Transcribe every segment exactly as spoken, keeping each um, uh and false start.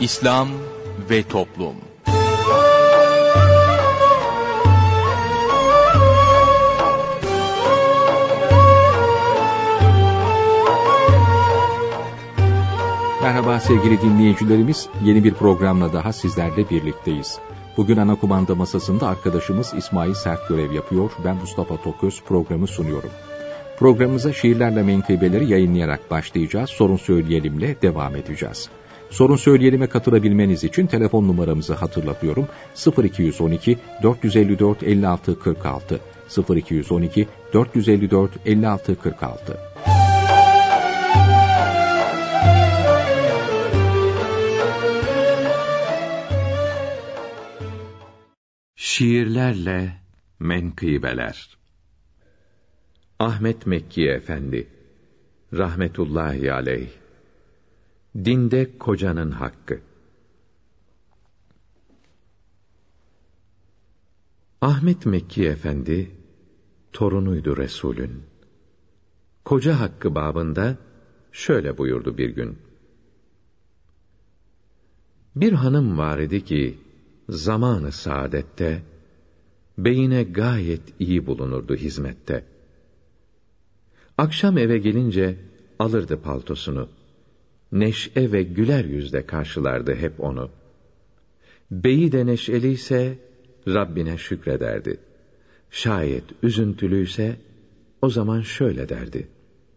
İslam ve Toplum. Merhaba sevgili dinleyicilerimiz, yeni bir programla daha sizlerle birlikteyiz. Bugün ana kumanda masasında arkadaşımız İsmail Sert görev yapıyor, ben Mustafa Toköz programı sunuyorum. Programımıza şiirlerle menkıbeleri yayınlayarak başlayacağız, sorun söyleyelimle devam edeceğiz. Sorun söyleyelime katılabilmeniz için telefon numaramızı hatırlatıyorum. sıfır iki on iki dört yüz elli dört elli altı kırk altı sıfır iki on iki dört yüz elli dört elli altı kırk altı. Şiirlerle menkıbeler. Ahmet Mekki Efendi rahmetullahi aleyh. Dinde kocanın hakkı. Ahmet Mekki Efendi torunuydu Resulün. Koca hakkı babında şöyle buyurdu bir gün. Bir hanım var idi ki zamanı saadette beyine gayet iyi bulunurdu hizmette. Akşam eve gelince alırdı paltosunu. Neşe ve güler yüzle karşılardı hep onu. Beyi de neşeliyse Rabbine şükrederdi. Şayet üzüntülüyse o zaman şöyle derdi.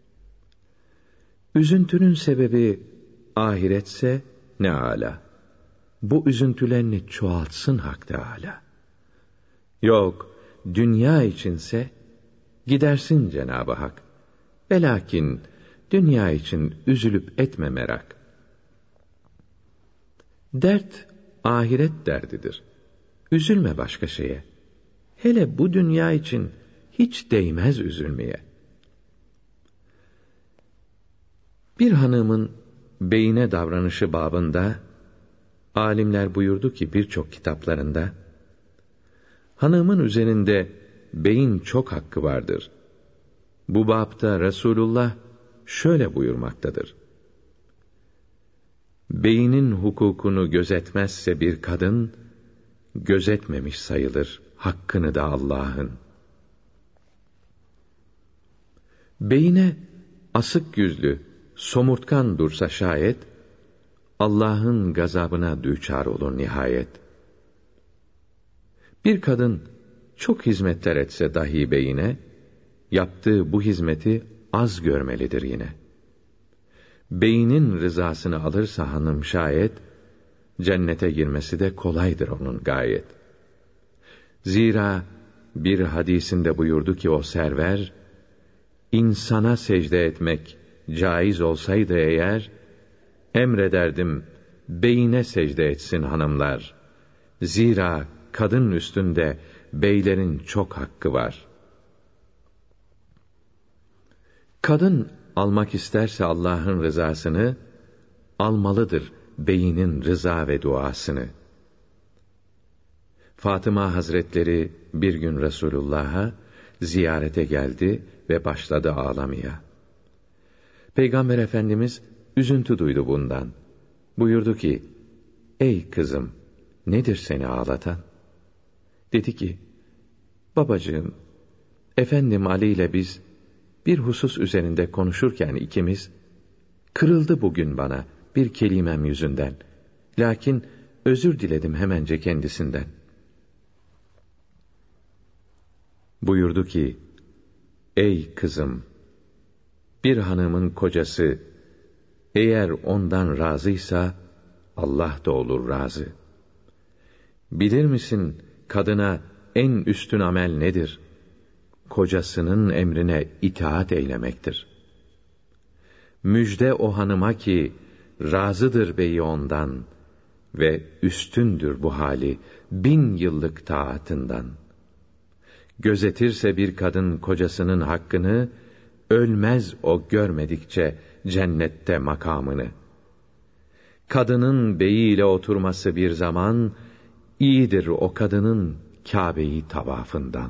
Üzüntünün sebebi ahiretse ne âlâ. Bu üzüntülerini çoğaltsın Hak Teâlâ. Yok, dünya içinse gidersin Cenab-ı Hak. Velakin dünya için üzülüp etme merak. Dert ahiret derdidir. Üzülme başka şeye. Hele bu dünya için hiç değmez üzülmeye. Bir hanımın beyine davranışı babında alimler buyurdu ki birçok kitaplarında, hanımın üzerinde beyin çok hakkı vardır. Bu bapta Resulullah şöyle buyurmaktadır. Beyinin hukukunu gözetmezse bir kadın, gözetmemiş sayılır hakkını da Allah'ın. Beyine asık yüzlü, somurtkan dursa şayet, Allah'ın gazabına düçar olur nihayet. Bir kadın çok hizmetler etse dahi beyine, yaptığı bu hizmeti az görmelidir yine. Beyinin rızasını alırsa hanım şayet, cennete girmesi de kolaydır onun gayet. Zira bir hadisinde buyurdu ki o server, insana secde etmek caiz olsaydı eğer, emrederdim beyine secde etsin hanımlar. Zira kadın üstünde beylerin çok hakkı var. Kadın almak isterse Allah'ın rızasını, almalıdır beyinin rıza ve duasını. Fatıma Hazretleri bir gün Resulullah'a ziyarete geldi ve başladı ağlamaya. Peygamber Efendimiz üzüntü duydu bundan. Buyurdu ki, ey kızım, nedir seni ağlatan? Dedi ki, babacığım, efendim Ali ile biz bir husus üzerinde konuşurken ikimiz, kırıldı bugün bana bir kelimem yüzünden. Lakin özür diledim hemence kendisinden. Buyurdu ki, ey kızım, bir hanımın kocası, eğer ondan razıysa, Allah da olur razı. Bilir misin, kadına en üstün amel nedir? Kocasının emrine itaat eylemektir. Müjde o hanıma ki, razıdır beyi ondan ve üstündür bu hali bin yıllık taatından. Gözetirse bir kadın kocasının hakkını, ölmez o görmedikçe cennette makamını. Kadının beyiyle oturması bir zaman, iyidir o kadının Kâbe'yi tavafından.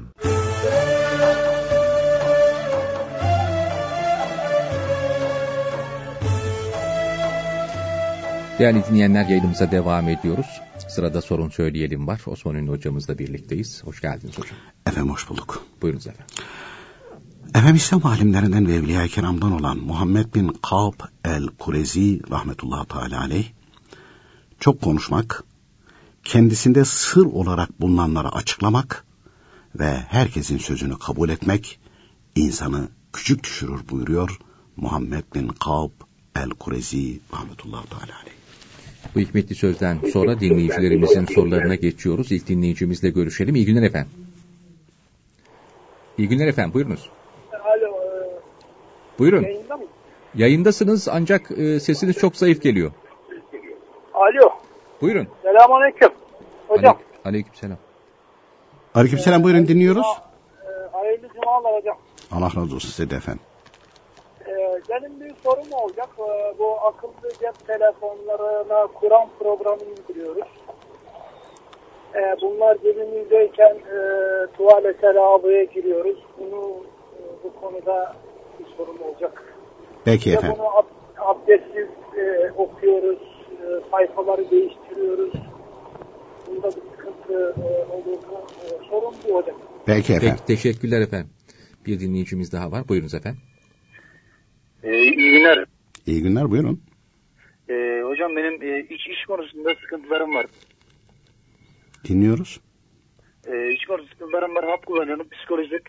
Değerli dinleyenler, yayınımıza devam ediyoruz. Sırada sorun söyleyelim var. Osman Ünlü hocamızla birlikteyiz. Hoş geldiniz hocam. Efendim hoş bulduk. Buyurunuz efendim. Efendim İslam alimlerinden ve Evliya-i Kiram'dan olan Muhammed bin Kâb el-Kurezi rahmetullahi teâlâ aleyh, çok konuşmak, kendisinde sır olarak bulunanları açıklamak ve herkesin sözünü kabul etmek insanı küçük düşürür buyuruyor Muhammed bin Kâb el-Kurezi rahmetullahi teâlâ aleyh. Bu hikmetli sözden sonra dinleyicilerimizin sorularına geçiyoruz. İlk dinleyicimizle görüşelim. İyi günler efendim. İyi günler efendim, buyurunuz. Alo. Buyurun. Yayında mı? Yayındasınız ancak e, sesiniz çok zayıf geliyor. Alo. Buyurun. Selamünaleyküm. Hocam. Ale- Aleykümselam. Aleykümselam, buyurun dinliyoruz. E, hayırlı cumalar hocam. Allah razı olsun size de efendim. E, benim bir sorum olacak. E, bu akıllı cep telefonlarına Kur'an programı indiriyoruz. E, bunlar cebimizdeyken e, tuvalete, lavaboya giriyoruz. Bunu e, bu konuda bir sorum olacak. Peki Ve efendim. bunu ab- abdestsiz e, okuyoruz. E, sayfaları değiştiriyoruz. Bunda bir sıkıntı e, olur mu? E, sorun bu hocam. Peki efendim. Peki, teşekkürler efendim. Bir dinleyicimiz daha var. Buyurunuz efendim. Ee, iyi günler. İyi günler, buyurun. Ee, hocam benim e, iç iş konusunda sıkıntılarım var. Dinliyoruz. Ee, iç konusunda sıkıntılarım var. Hap kullanıyorum. Psikolojik.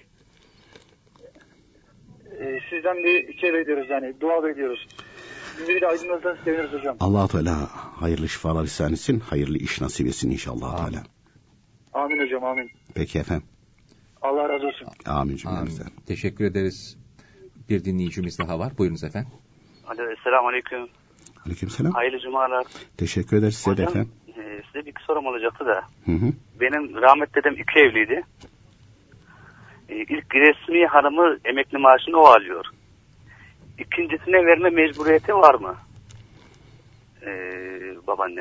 Ee, sizden bir şey bekliyoruz yani. Dua bekliyoruz. Bizi bir de aydınlatırsanız seviniriz hocam. Allah-u Teala hayırlı şifalar ihsan etsin. Hayırlı iş nasip etsin inşallah. Teala. Amin hocam, amin. Peki efendim. Allah razı olsun. Amin cümlemizden. Amin. Teşekkür ederiz. Bir dinleyicimiz daha var. Buyurunuz efendim. Alo, selamun aleyküm. Aleykümselam. Hayırlı cumalar. Teşekkür ederiz size de Hocam, efendim. e, size bir sorum olacaktı da. Hı hı. Benim rahmetli dedem iki evliydi. E, ilk resmi hanımı emekli maaşını o alıyor. İkincisine verme mecburiyeti var mı? E, babaanne.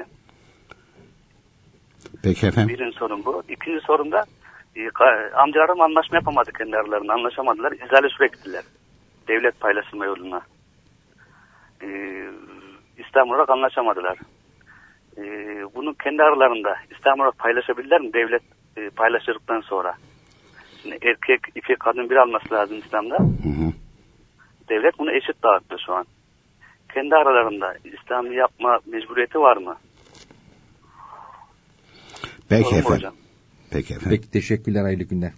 Peki efendim. Birinci sorum bu. İkinci sorum da e, ka- amcalarım anlaşma yapamadı kendi aralarında. Anlaşamadılar. İzale sürekliler. Devlet paylaşımı yoluna. E, İslam olarak anlaşamadılar. E, bunu kendi aralarında İslam olarak paylaşabilirler mi? Devlet e, paylaşırdıktan sonra. Şimdi erkek iki kadın bir alması lazım İslam'da. Hı hı. Devlet bunu eşit dağıttı şu an. Kendi aralarında İslam'ı yapma mecburiyeti var mı? Peki Olur mu efendim. hocam? Peki efendim. Peki, teşekkürler, hayırlı günler.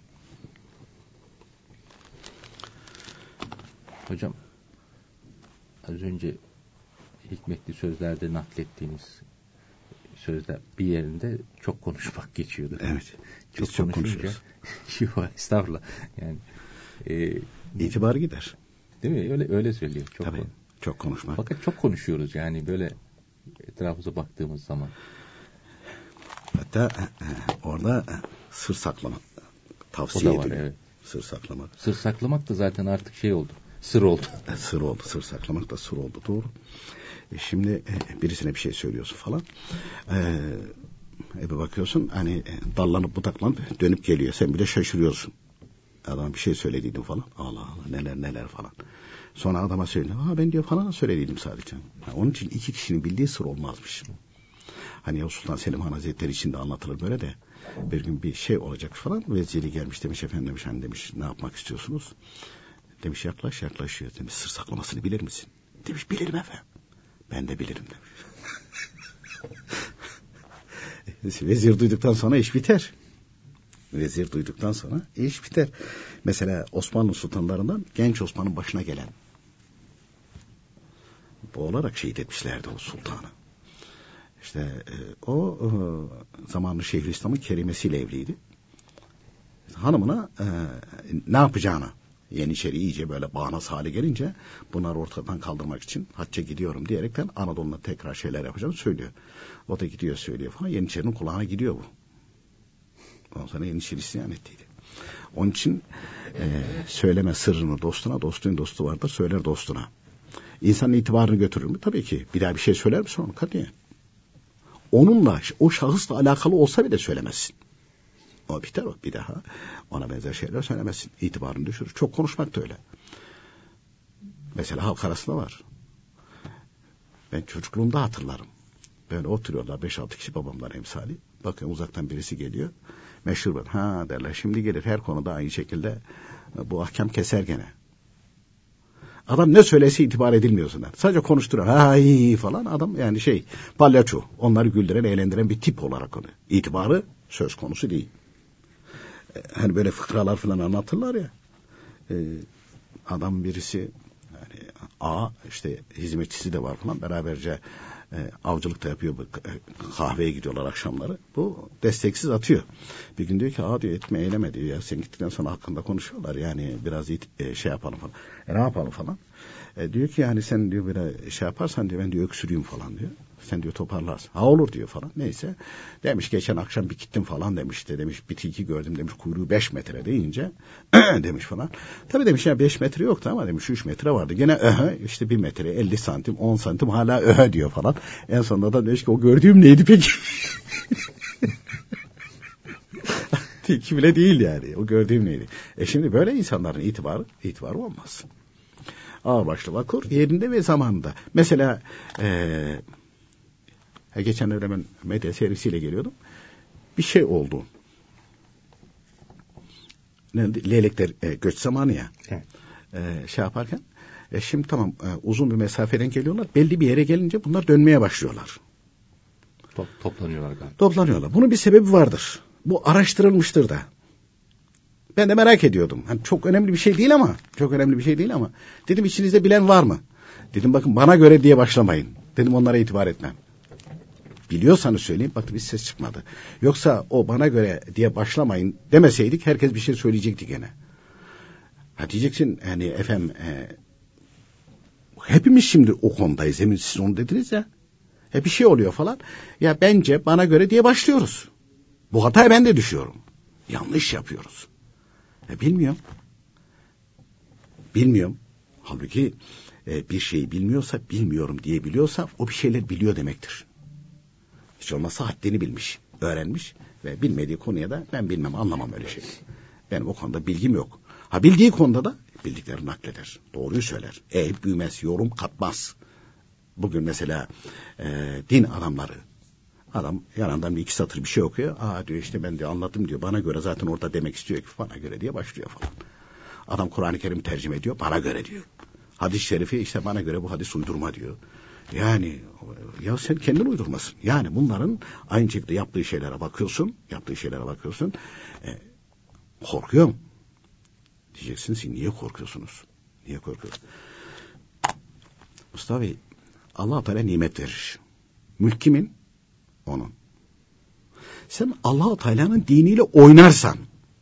Hocam, az önce hikmetli sözlerde naklettiğiniz sözler bir yerinde çok konuşmak geçiyordu. Evet. Çok, Biz çok konuşunca, konuşuyoruz. Yok, estağfurullah. Yani e, İtibarı gider. değil mi? Öyle öyle söylüyor. Çok Tabii. konu- Çok konuşmak. Fakat çok konuşuyoruz yani böyle etrafımıza baktığımız zaman. Hatta e, orada e, sır saklamak O tavsiye da var, ediliyor. evet. Sır saklamak. Sır saklamak da zaten artık şey oldu. Sır oldu. E, sır oldu. Sır saklamak da sır oldu. Doğru. E, şimdi e, birisine bir şey söylüyorsun falan. E, e, bir bakıyorsun hani e, dallanıp budaklanıp dönüp geliyor. Sen bile şaşırıyorsun. Adam bir şey söylediydim falan. Allah Allah neler neler falan. Sonra adama söylüyor. Ha ben diyor falan söylediydim sadece. Ha, onun için iki kişinin bildiği sır olmazmış. Hani ya Sultan Selim Han Hazretleri için de anlatılır böyle de. Bir gün bir şey olacak falan. Veziri gelmiş demiş efendim demiş hani demiş ne yapmak istiyorsunuz? Demiş yaklaş yaklaşıyor. Demiş sır saklamasını bilir misin? Demiş bilirim efendim. Ben de bilirim demiş. Vezir duyduktan sonra iş biter. Vezir duyduktan sonra iş biter. Mesela Osmanlı sultanlarından genç Osman'ın başına gelen. Bu olarak şehit etmişlerdi o sultanı. İşte e, o e, zamanlı Şeyhülislam'ın kerimesiyle evliydi. Hanımına e, ne yapacağını Yeniçeri iyice böyle bağnaz hale gelince bunları ortadan kaldırmak için hacca gidiyorum diyerekten Anadolu'na tekrar şeyler yapacağını söylüyor. O da gidiyor söylüyor falan. Yeniçeri'nin kulağına gidiyor bu. Ondan sonra Yeniçeri isyan ettiydi. Onun için e, söyleme sırrını dostuna, dostun dostu vardır söyler dostuna. İnsanın itibarını götürür mü? Tabii ki. Bir daha bir şey söyler misin onu? Katiyen. Onunla, o şahısla alakalı olsa bile söylemezsin. O biter o. Bir daha ona benzer şeyler söylemezsin. İtibarını düşürür. Çok konuşmak da öyle. Mesela halk arasında var. Ben çocukluğumda hatırlarım. Böyle oturuyorlar beş altı kişi, babamlar emsali. Bakın uzaktan birisi geliyor. Meşhur ben. Ha derler, şimdi gelir her konuda aynı şekilde bu ahkam keser gene. Adam ne söylese itibar edilmiyorsun. Sadece konuşturuyor. Hay falan adam yani şey palyaço. Onları güldüren, eğlendiren bir tip olarak onu. İtibarı söz konusu değil. Hani böyle fıkralar falan anlatırlar ya. Ee, adam birisi yani A işte hizmetçisi de var falan, beraberce e, avcılık da yapıyor, kahveye gidiyorlar akşamları. Bu desteksiz atıyor. Bir gün diyor ki A diyor etme eyleme diyor ya, sen gittikten sonra hakkında konuşuyorlar yani biraz it, e, şey yapalım falan. E ne yapalım falan. E, diyor ki yani sen diyor böyle şey yaparsan diyor ben diyor öksürüyüm falan diyor. Sen diyor toparlarsın. Ha olur diyor falan. Neyse. Demiş geçen akşam bir gittim falan demişti. Demiş bir tilki gördüm demiş, kuyruğu beş metre deyince demiş falan. Tabii demiş ya beş metre yoktu ama demiş üç metre vardı. Gene öhe işte bir metre elli santim on santim hala öhe diyor falan. En sonunda da demiş ki o gördüğüm neydi peki? Tilki bile değil yani. O gördüğüm neydi? E şimdi böyle insanların itibarı itibarı olmaz. Ağırbaşlı vakur yerinde ve zamanında. Mesela eee geçen öyle ben medya servisiyle geliyordum. Bir şey oldu. Leylekler e, göç zamanı ya. Evet. E, şey yaparken. E, şimdi tamam e, uzun bir mesafeden geliyorlar. Belli bir yere gelince bunlar dönmeye başlıyorlar. Top, toplanıyorlar galiba. Toplanıyorlar. Bunun bir sebebi vardır. Bu araştırılmıştır da. Ben de merak ediyordum. Hani çok önemli bir şey değil ama. Çok önemli bir şey değil ama. Dedim içinizde bilen var mı? Dedim bakın bana göre diye başlamayın. Dedim onlara itibar etmem. Biliyorsanız söyleyin. Baktı bir ses çıkmadı. Yoksa o bana göre diye başlamayın demeseydik herkes bir şey söyleyecekti gene. Ha diyeceksin yani efendim e, hepimiz şimdi o konudayız. Emin siz onu dediniz ya. E bir şey oluyor falan. Ya bence bana göre diye başlıyoruz. Bu hataya ben de düşüyorum. Yanlış yapıyoruz. E bilmiyorum. Bilmiyorum. Halbuki e, bir şeyi bilmiyorsa bilmiyorum diyebiliyorsa o bir şeyler biliyor demektir. Hiç olmazsa haddini bilmiş, öğrenmiş ve bilmediği konuya da ben bilmem, anlamam öyle şey. Benim o konuda bilgim yok. Ha bildiği konuda da bildiklerini nakleder. Doğruyu söyler. Eğip büyümez, yorum katmaz. Bugün mesela e, din adamları, adam yanından bir iki satır bir şey okuyor. Aa diyor işte ben de anladım diyor. Bana göre zaten orada demek istiyor ki bana göre diye başlıyor falan. Adam Kur'an-ı Kerim tercüme ediyor. Bana göre diyor. Hadis-i şerifi işte bana göre bu hadis uydurma diyor. Yani ya sen kendin uydurmasın. Yani bunların aynı şekilde yaptığı şeylere bakıyorsun. Yaptığı şeylere bakıyorsun. E, korkuyorum. Diyeceksiniz ki niye korkuyorsunuz? Niye korkuyorsunuz? Mustafa Bey, Allah-u Teala nimet verir. Mülk kimin? Onun. Sen Allah-u Teala'nın diniyle oynarsan,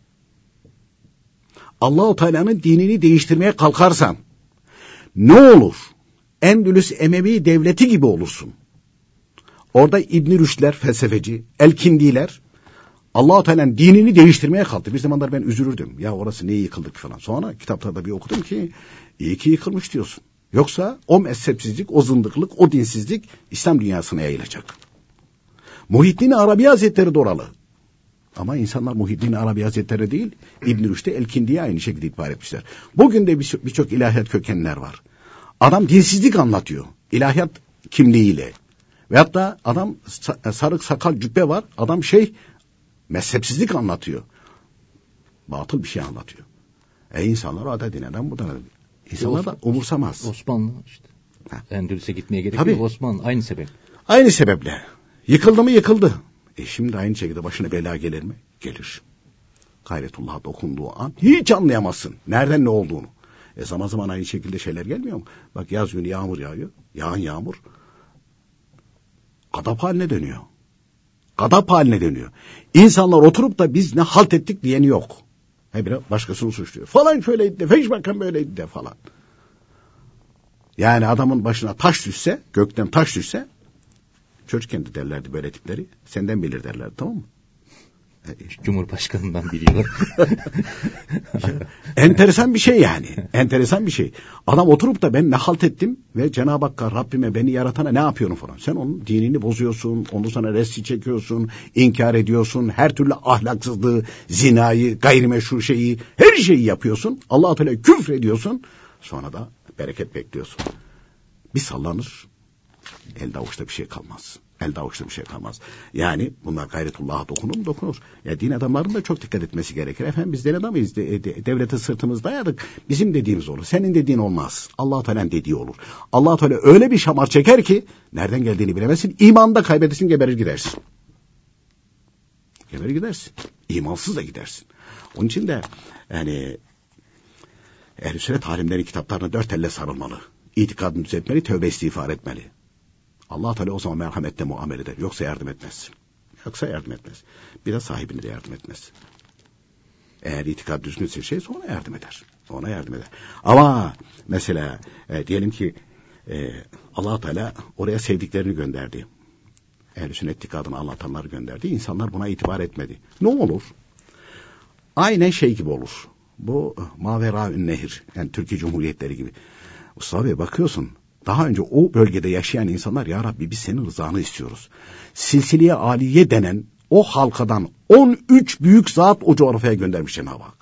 Allah-u Teala'nın dinini değiştirmeye kalkarsan ne olur? Endülüs Emevi devleti gibi olursun. Orada İbn Rüşdler felsefeci, Elkindiler Allah-u Teala'nın dinini değiştirmeye kalktı. Bir zamanlar ben üzülürdüm. Ya orası niye yıkıldık falan. Sonra kitaplarda bir okudum ki iyi ki yıkılmış diyorsun. Yoksa o mezhepsizlik, o zındıklık, o dinsizlik İslam dünyasına yayılacak. Muhyiddin Arabi Hazretleri de oralı. Ama insanlar Muhyiddin Arabi Hazretleri değil, İbn Rüşd'e Elkindi'ye aynı şekilde itibar etmişler. Bugün de birçok ilahiyat kökenler var. Adam dinsizlik anlatıyor. İlahiyat kimliğiyle. Veyahut da adam sarık sakal cübbe var. Adam şey mezhepsizlik anlatıyor. Batıl bir şey anlatıyor. E insanlar o da dineden bu da. İnsanlar da umursamaz. Osmanlı işte. Ha. Endülüs'e gitmeye gerek Tabii. yok. Osmanlı aynı sebep. Aynı sebeple. Yıkıldı mı yıkıldı. E şimdi aynı şekilde başına bela gelir mi? Gelir. Gayretullah'a dokunduğu an hiç anlayamazsın. Nereden ne olduğunu. E zaman zaman aynı şekilde şeyler gelmiyor mu? Bak yaz günü yağmur yağıyor. Yağan yağmur gadap haline dönüyor. Gadap haline dönüyor. İnsanlar oturup da biz ne halt ettik diyeni yok. He biraz başkasını suçluyor. Falan şöyleydi de, feşbakan böyleydi de falan. Yani adamın başına taş düşse, gökten taş düşse, çocukken de derlerdi böyle tipleri. Senden bilir derlerdi, tamam mı? Cumhurbaşkanından biliyorlar. Enteresan bir şey yani. Enteresan bir şey. Adam oturup da ben ne halt ettim ve Cenab-ı Hakk'a, Rabbime, beni yaratana ne yapıyorum falan. Sen onun dinini bozuyorsun, onu sana resti çekiyorsun, inkar ediyorsun, her türlü ahlaksızlığı, zinayı, gayrimeşru şeyi, her şeyi yapıyorsun. Allah-u Teala küfür ediyorsun. Sonra da bereket bekliyorsun. Bir sallanır, elde avuçta bir şey kalmaz. Elde avuçta bir şey kalmaz. Yani bunlar gayretullah'a dokunur mu? Dokunur. Ya din adamlarının da çok dikkat etmesi gerekir. Efendim biz din adamıyız. De, de, devlete sırtımız dayadık. Bizim dediğimiz olur. Senin dediğin olmaz. Allah-u Teala'nın dediği olur. Allah-u Teala öyle bir şamar çeker ki nereden geldiğini bilemezsin. İmanı da kaybedersin, geberir gidersin. Geberir gidersin. İmansız da gidersin. Onun için de yani ehl-i sünnet alimlerin kitaplarına dört elle sarılmalı. İtikadını düzeltmeli, tövbe istiğfar etmeli. Allah Teala o zaman merhametle muamele eder. Yoksa yardım etmez. Yoksa yardım etmez. Bir de sahibine de yardım etmez. Eğer itikad düzgünse şey ona yardım eder. Ona yardım eder. Ama mesela e, diyelim ki e, Allah Teala oraya sevdiklerini gönderdi. Ehl-i sünnet itikadını anlatanları gönderdi. İnsanlar buna itibar etmedi. Ne olur? Aynen şey gibi olur. Bu Maveraün Nehir, yani Türkiye Cumhuriyetleri gibi. Mustafa Bey bakıyorsun, daha önce o bölgede yaşayan insanlar, ya Rabbi biz senin rızanı istiyoruz. Silsile-i Aliye denen o halkadan on üç büyük zat o coğrafyaya göndermiş Cenab-ı Hak.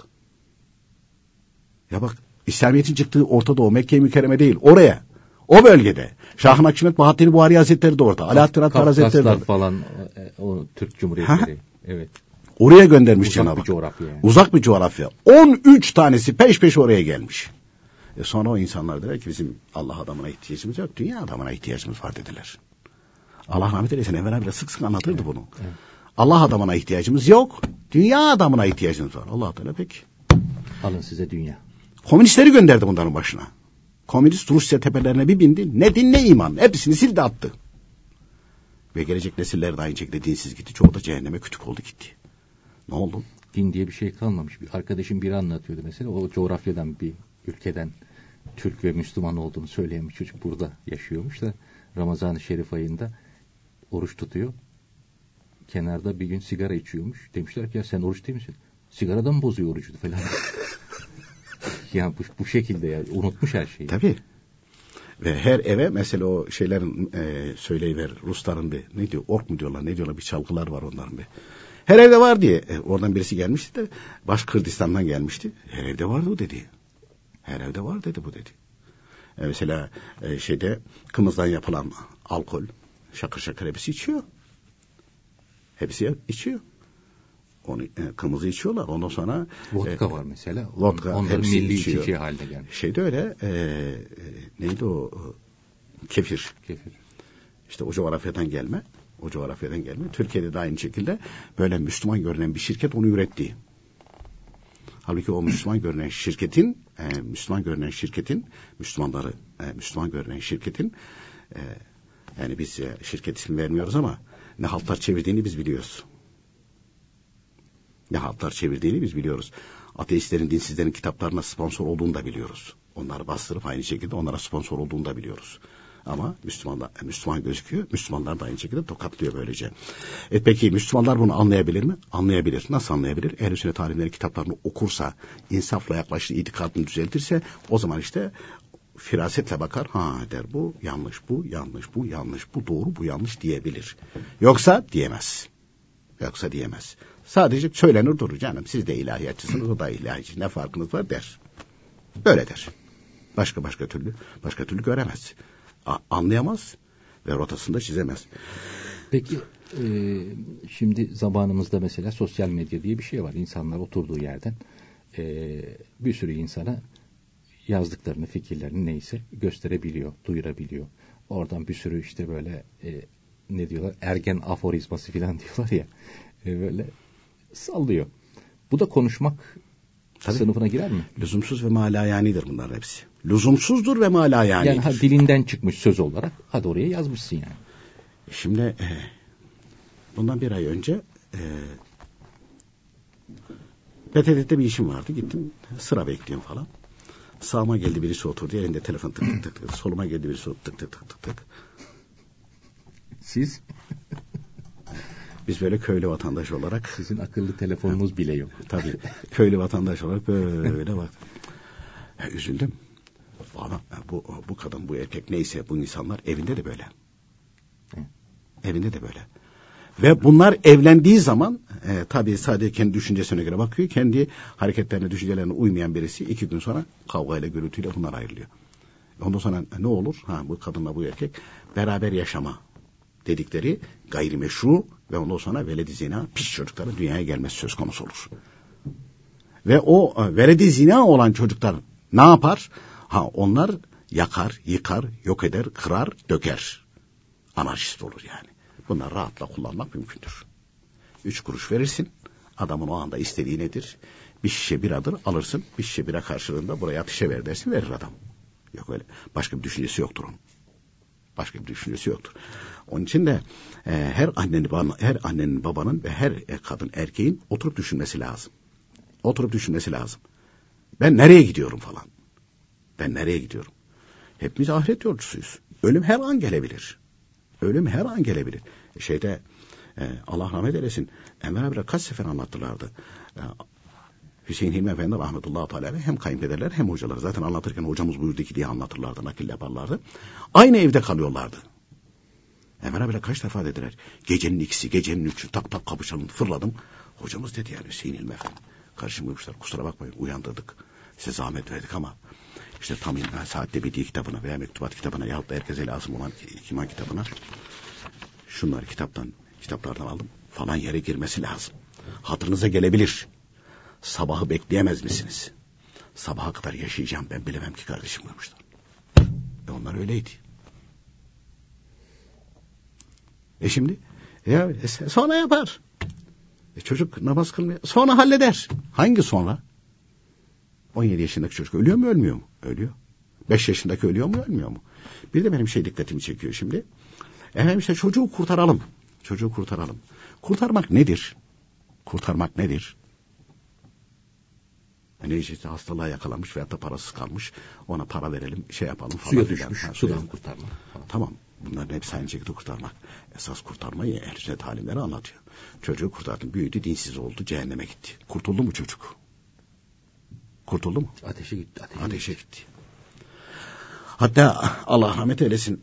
Ya bak, İslamiyet'in çıktığı Orta Doğu, Mekke-i Mükerreme değil, oraya, o bölgede. Şah-ı Nakşibend Bahattin Buhari Hazretleri de orada. Alaaddin Attar Hazretleri de orada. falan, o Türk Cumhuriyetleri. Evet. Oraya göndermiş Uzak Cenab-ı bir coğrafya yani. Uzak bir coğrafya. on üç tanesi peş peşe oraya gelmiş. E sonra o insanlar dediler ki bizim Allah adamına ihtiyacımız yok, dünya adamına ihtiyacımız var dediler. Allah rahmet eylesin, Enver abi de sık sık anlatırdı evet, bunu. Evet. Allah adamına ihtiyacımız yok, dünya adamına ihtiyacımız var. Allah Teala peki. Alın size dünya. Komünistleri gönderdi bunların başına. Komünist Rusya tepelerine bir bindi, ne din ne iman, hepsini sildi attı. Ve gelecek nesiller de aynı şekilde dinsiz gitti. Çoğu da cehenneme kütük oldu gitti. Ne oldu? Din diye bir şey kalmamış. Bir arkadaşım biri anlatıyordu mesela. O coğrafyadan, bir ülkeden Türk ve Müslüman olduğunu söyleyen bir çocuk burada yaşıyormuş da Ramazan-ı Şerif ayında oruç tutuyor. Kenarda bir gün sigara içiyormuş. Demişler ki ya sen oruç değil misin? Sigaradan bozuyor orucu falan. Yani bu, bu şekilde ya, unutmuş her şeyi. Tabii. Ve her eve mesela o şeylerin e, söyleyiver Rusların bir ne diyor, ork mu diyorlar, ne diyorlar, bir çalgılar var onların bir. Her evde var diye. E, oradan birisi gelmişti de Baş Kırdistan'dan gelmişti. Her evde vardı o dedi. Her evde var dedi bu dedi. E, mesela e, şeyde kımızdan yapılan alkol, şakır şakır hepsi içiyor. Hepsi içiyor. Onu e, kımızı içiyorlar. Ondan sonra vodka e, var mesela. Vodka, onların milli içiyor. içeceği haline gelmiş. Şeyde öyle e, e, neydi o kefir. Kefir. İşte o coğrafyadan gelme. O coğrafyadan gelme. Türkiye'de de aynı şekilde böyle Müslüman görünen bir şirket onu üretti. Halbuki o Müslüman görünen şirketin, e, Müslüman görünen şirketin, Müslümanları, e, Müslüman görünen şirketin, e, yani biz e, şirket ismi vermiyoruz ama ne haltlar çevirdiğini biz biliyoruz. Ne haltlar çevirdiğini biz biliyoruz. Ateistlerin, dinsizlerin kitaplarına sponsor olduğunu da biliyoruz. Onları bastırıp aynı şekilde onlara sponsor olduğunu da biliyoruz. Ama Müslümanlar, Müslüman gözüküyor. Müslümanlar da aynı şekilde tokatlıyor böylece. E peki Müslümanlar bunu anlayabilir mi? Anlayabilir. Nasıl anlayabilir? Ehl-i sünnet alimlerin kitaplarını okursa, insafla yaklaştığı itikadını düzeltirse, o zaman işte firasetle bakar. Ha der, bu yanlış, bu yanlış, bu yanlış, bu doğru, bu yanlış diyebilir. Yoksa diyemez. Yoksa diyemez. Sadece söylenir durur canım. Siz de ilahiyatçısınız, o da ilahiyatçı. Ne farkınız var der. Böyle der. Başka başka türlü, başka türlü göremez. A- anlayamaz ve rotasında çizemez. Peki e, şimdi zamanımızda mesela sosyal medya diye bir şey var. İnsanlar oturduğu yerden e, bir sürü insana yazdıklarını, fikirlerini neyse gösterebiliyor, duyurabiliyor. Oradan bir sürü işte böyle e, ne diyorlar, ergen aforizması falan diyorlar ya, e, böyle sallıyor. Bu da konuşmak Tabii. sınıfına girer mi? Lüzumsuz ve malayanidir bunların hepsi. Lüzumsuzdur ve malayanidir. Yani ha, dilinden çıkmış söz olarak hadi oraya yazmışsın yani. Şimdi e, bundan bir ay önce e, P T T'de bir işim vardı. Gittim sıra bekliyorum falan. Sağıma geldi birisi oturdu. Elinde telefon tık tık tık tık. Soluma geldi birisi oturdu tık tık tık tık tık. Siz? Biz böyle köylü vatandaş olarak. Sizin akıllı telefonunuz ha, bile yok. Tabii. Köylü vatandaş olarak böyle bak. Ya, üzüldüm. Valla bu, bu kadın, bu erkek neyse bu insanlar evinde de böyle. Hı. Evinde de böyle. Ve bunlar evlendiği zaman e, tabii sadece kendi düşüncesine göre bakıyor. Kendi hareketlerine, düşüncelerine uymayan birisi iki gün sonra kavgayla, gürültüyle bunlar ayrılıyor. Ondan sonra ne olur? Ha, bu kadınla bu erkek beraber yaşama dedikleri gayrimeşru ve ondan sonra veled-i zina, pis çocukların dünyaya gelmesi söz konusu olur. Ve o veled-i zina olan çocuklar ne yapar? Ha, onlar yakar, yıkar, yok eder, kırar, döker. Anarşist olur yani. Bunları rahatla kullanmak mümkündür. Üç kuruş verirsin, adamın o anda istediği nedir? Bir şişe biradır alırsın, bir şişe bira karşılığında buraya ateşe ver dersin, verir adam. Yok öyle. Başka bir düşüncesi yoktur onun. Başka bir düşüncesi yoktur. Onun için de e, her annenin, her annenin, babanın ve her kadın, erkeğin oturup düşünmesi lazım. Oturup düşünmesi lazım. Ben nereye gidiyorum falan. Ben nereye gidiyorum? Hepimiz ahiret yolcusuyuz. Ölüm her an gelebilir. Ölüm her an gelebilir. Şeyde e, Allah rahmet eylesin. Enver abiler kaç sefer anlattılardı. E, Hüseyin Hilmi Efendi rahmetullahi teala hem kayınpederler hem hocalar. Zaten anlatırken hocamız buyurdu ki diye anlatırlardı, nakil yaparlardı. Aynı evde kalıyorlardı. Enver abiler kaç defa dediler. Gecenin ikisi, gecenin üçü tak tak kapışalım, fırladım. Hocamız dedi yani Hüseyin Hilmi Efendi. Karışım uyumuşlar, kusura bakmayın, uyandırdık. Size zahmet verdik ama işte tam saatte bir diye kitabına veya mektubat kitabına yahut da herkese lazım olan iman kitabına şunları kitaptan, kitaplardan aldım falan yere girmesi lazım. Hatırınıza gelebilir. Sabahı bekleyemez misiniz? Sabaha kadar yaşayacağım ben bilemem ki kardeşim buyurmuşlar. E onlar öyleydi. E şimdi ya e sonra yapar. E çocuk namaz kılmıyor. Sonra halleder. Hangi sonra? on yedi yaşındaki çocuk ölüyor mu ölmüyor mu? Ölüyor. beş yaşındaki ölüyor mu ölmüyor mu? Bir de benim şey dikkatimi çekiyor şimdi. Efendim işte çocuğu kurtaralım. Çocuğu kurtaralım. Kurtarmak nedir? Kurtarmak nedir? Ne işte hastalığa yakalanmış veyahut da parasız kalmış. Ona para verelim, şey yapalım falan. Suya düşmüş, ha, sudan suya. kurtarmak falan. Tamam. Bunların hepsi aynı şekilde kurtarmak. Esas kurtarmayı ehl-i sünnet alimleri anlatıyor. Çocuğu kurtardım, büyüdü, dinsiz oldu, cehenneme gitti. Kurtuldu mu çocuk? Kurtuldu mu? Ateşe gitti. Ateşe, ateşe gitti. gitti. Hatta Allah rahmet eylesin.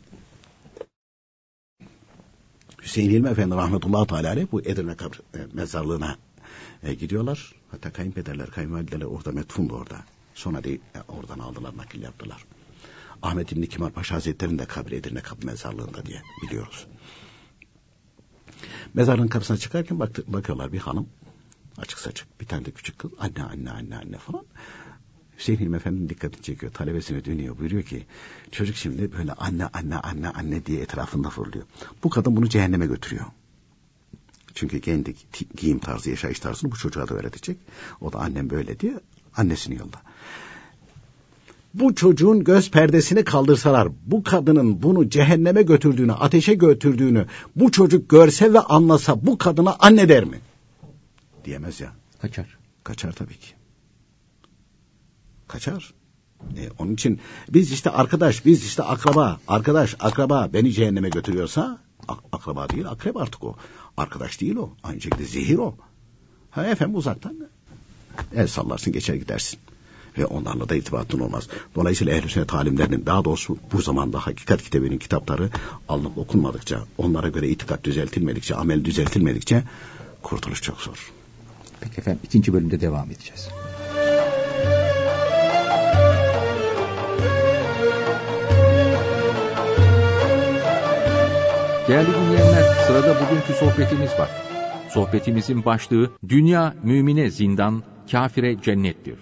Hüseyin Hilmi Efendi rahmetullahi teala aleyh bu Edirne kabr mezarlığına e, gidiyorlar. Hatta kayınpederler, kayınvalideler orada metfundu orada. Sonra da e, oradan aldılar, nakil yaptılar. Ahmet İbni Kemal Paşa Hazretleri'nin de kabri Edirne kabri mezarlığında diye biliyoruz. Mezarlığın kapısına çıkarken baktı, bakıyorlar bir hanım. Açık saçık. Bir tane de küçük kız. Anne anne anne anne falan. Hüseyin Hilmi Efendi'nin dikkatini çekiyor. Talebesine dönüyor. Buyuruyor ki çocuk şimdi böyle anne anne anne anne diye etrafında fırlıyor. Bu kadın bunu cehenneme götürüyor. Çünkü kendi giyim tarzı, yaşayış tarzını bu çocuğa da öğretecek. O da annem böyle diye annesinin yolda. Bu çocuğun göz perdesini kaldırsalar, bu kadının bunu cehenneme götürdüğünü, ateşe götürdüğünü bu çocuk görse ve anlasa bu kadına anne der mi? Diyemez ya. Kaçar. Kaçar tabii ki. Kaçar. E, onun için biz işte arkadaş, biz işte akraba, arkadaş, akraba beni cehenneme götürüyorsa ak- akraba değil, akrep artık o. Arkadaş değil o. Aynı şekilde zehir o. Ha efendim uzaktan el sallarsın geçer gidersin. Ve onlarla da irtibatın olmaz. Dolayısıyla ehl-i sünnet alimlerinin daha doğrusu bu zamanda hakikat kitabının kitapları alınıp okunmadıkça, onlara göre itikat düzeltilmedikçe, amel düzeltilmedikçe kurtuluş çok zor. Peki efendim ikinci bölümde devam edeceğiz. Değerli dinleyenler, sırada bugünkü sohbetimiz var. Sohbetimizin başlığı Dünya mümine zindan, kafire cennettir.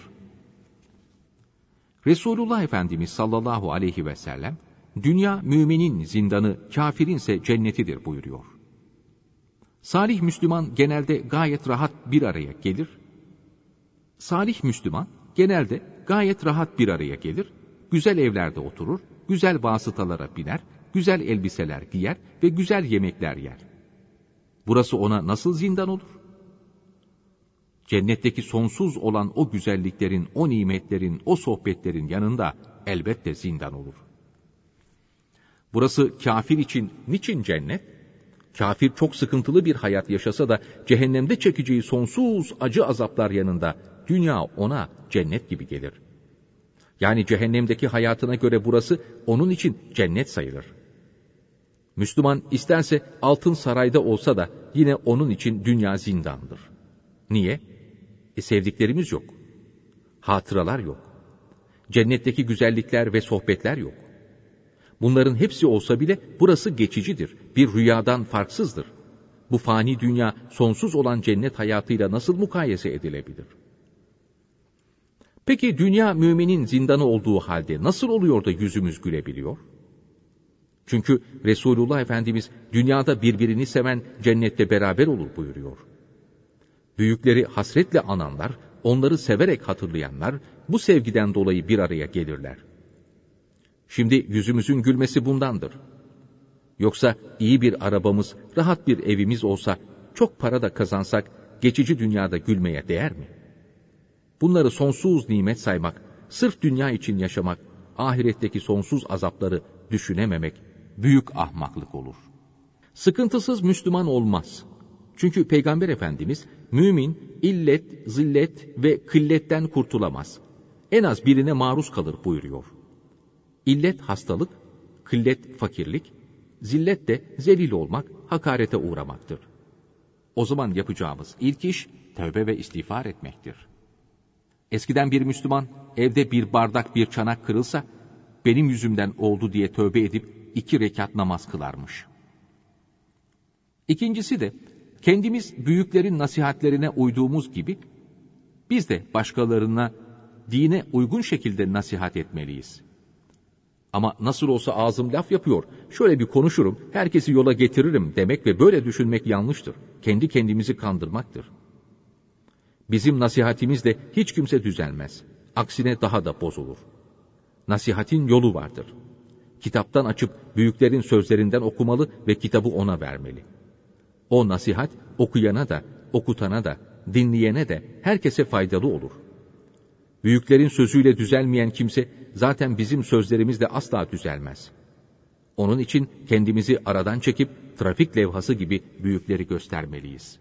Resulullah Efendimiz sallallahu aleyhi ve sellem, dünya müminin zindanı, kafirinse cennetidir buyuruyor. Salih Müslüman genelde gayet rahat bir araya gelir. Salih Müslüman genelde gayet rahat bir araya gelir, güzel evlerde oturur, güzel vasıtalara biner, güzel elbiseler giyer ve güzel yemekler yer. Burası ona nasıl zindan olur? Cennetteki sonsuz olan o güzelliklerin, o nimetlerin, o sohbetlerin yanında elbette zindan olur. Burası kafir için niçin cennet? Kafir çok sıkıntılı bir hayat yaşasa da cehennemde çekeceği sonsuz acı azaplar yanında dünya ona cennet gibi gelir. Yani cehennemdeki hayatına göre burası onun için cennet sayılır. Müslüman isterse altın sarayda olsa da yine onun için dünya zindandır. Niye? E sevdiklerimiz yok. Hatıralar yok. Cennetteki güzellikler ve sohbetler yok. Bunların hepsi olsa bile burası geçicidir, bir rüyadan farksızdır. Bu fani dünya sonsuz olan cennet hayatıyla nasıl mukayese edilebilir? Peki dünya müminin zindanı olduğu halde nasıl oluyor da yüzümüz gülebiliyor? Çünkü Resulullah Efendimiz dünyada birbirini seven cennette beraber olur buyuruyor. Büyükleri hasretle ananlar, onları severek hatırlayanlar bu sevgiden dolayı bir araya gelirler. Şimdi yüzümüzün gülmesi bundandır. Yoksa iyi bir arabamız, rahat bir evimiz olsa, çok para da kazansak, geçici dünyada gülmeye değer mi? Bunları sonsuz nimet saymak, sırf dünya için yaşamak, ahiretteki sonsuz azapları düşünememek, büyük ahmaklık olur. Sıkıntısız Müslüman olmaz. Çünkü Peygamber Efendimiz, mümin, illet, zillet ve kılletten kurtulamaz. En az birine maruz kalır buyuruyor. İllet hastalık, kıllet fakirlik, zillet de zelil olmak, hakarete uğramaktır. O zaman yapacağımız ilk iş, tövbe ve istiğfar etmektir. Eskiden bir Müslüman, evde bir bardak bir çanak kırılsa, benim yüzümden oldu diye tövbe edip iki rekat namaz kılarmış. İkincisi de, kendimiz büyüklerin nasihatlerine uyduğumuz gibi, biz de başkalarına dine uygun şekilde nasihat etmeliyiz. Ama nasıl olsa ağzım laf yapıyor, şöyle bir konuşurum, herkesi yola getiririm demek ve böyle düşünmek yanlıştır. Kendi kendimizi kandırmaktır. Bizim nasihatimizle hiç kimse düzelmez. Aksine daha da bozulur. Nasihatin yolu vardır. Kitaptan açıp büyüklerin sözlerinden okumalı ve kitabı ona vermeli. O nasihat okuyana da, okutana da, dinleyene de herkese faydalı olur. Büyüklerin sözüyle düzelmeyen kimse zaten bizim sözlerimizle asla düzelmez. Onun için kendimizi aradan çekip trafik levhası gibi büyükleri göstermeliyiz.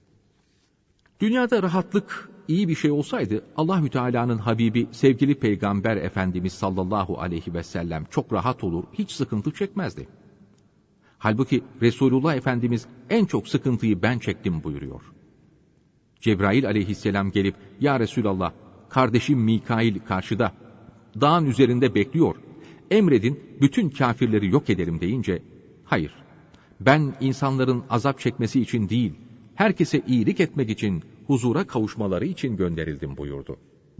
Dünyada rahatlık iyi bir şey olsaydı Allahü Teala'nın Habibi sevgili Peygamber Efendimiz sallallahu aleyhi ve sellem çok rahat olur, hiç sıkıntı çekmezdi. Halbuki Resulullah Efendimiz en çok sıkıntıyı ben çektim buyuruyor. Cebrail aleyhisselam gelip ya Resulallah kardeşim Mikail karşıda dağın üzerinde bekliyor. Emredin bütün kafirleri yok edelim deyince hayır ben insanların azap çekmesi için değil herkese iyilik etmek için huzura kavuşmaları için gönderildim buyurdu.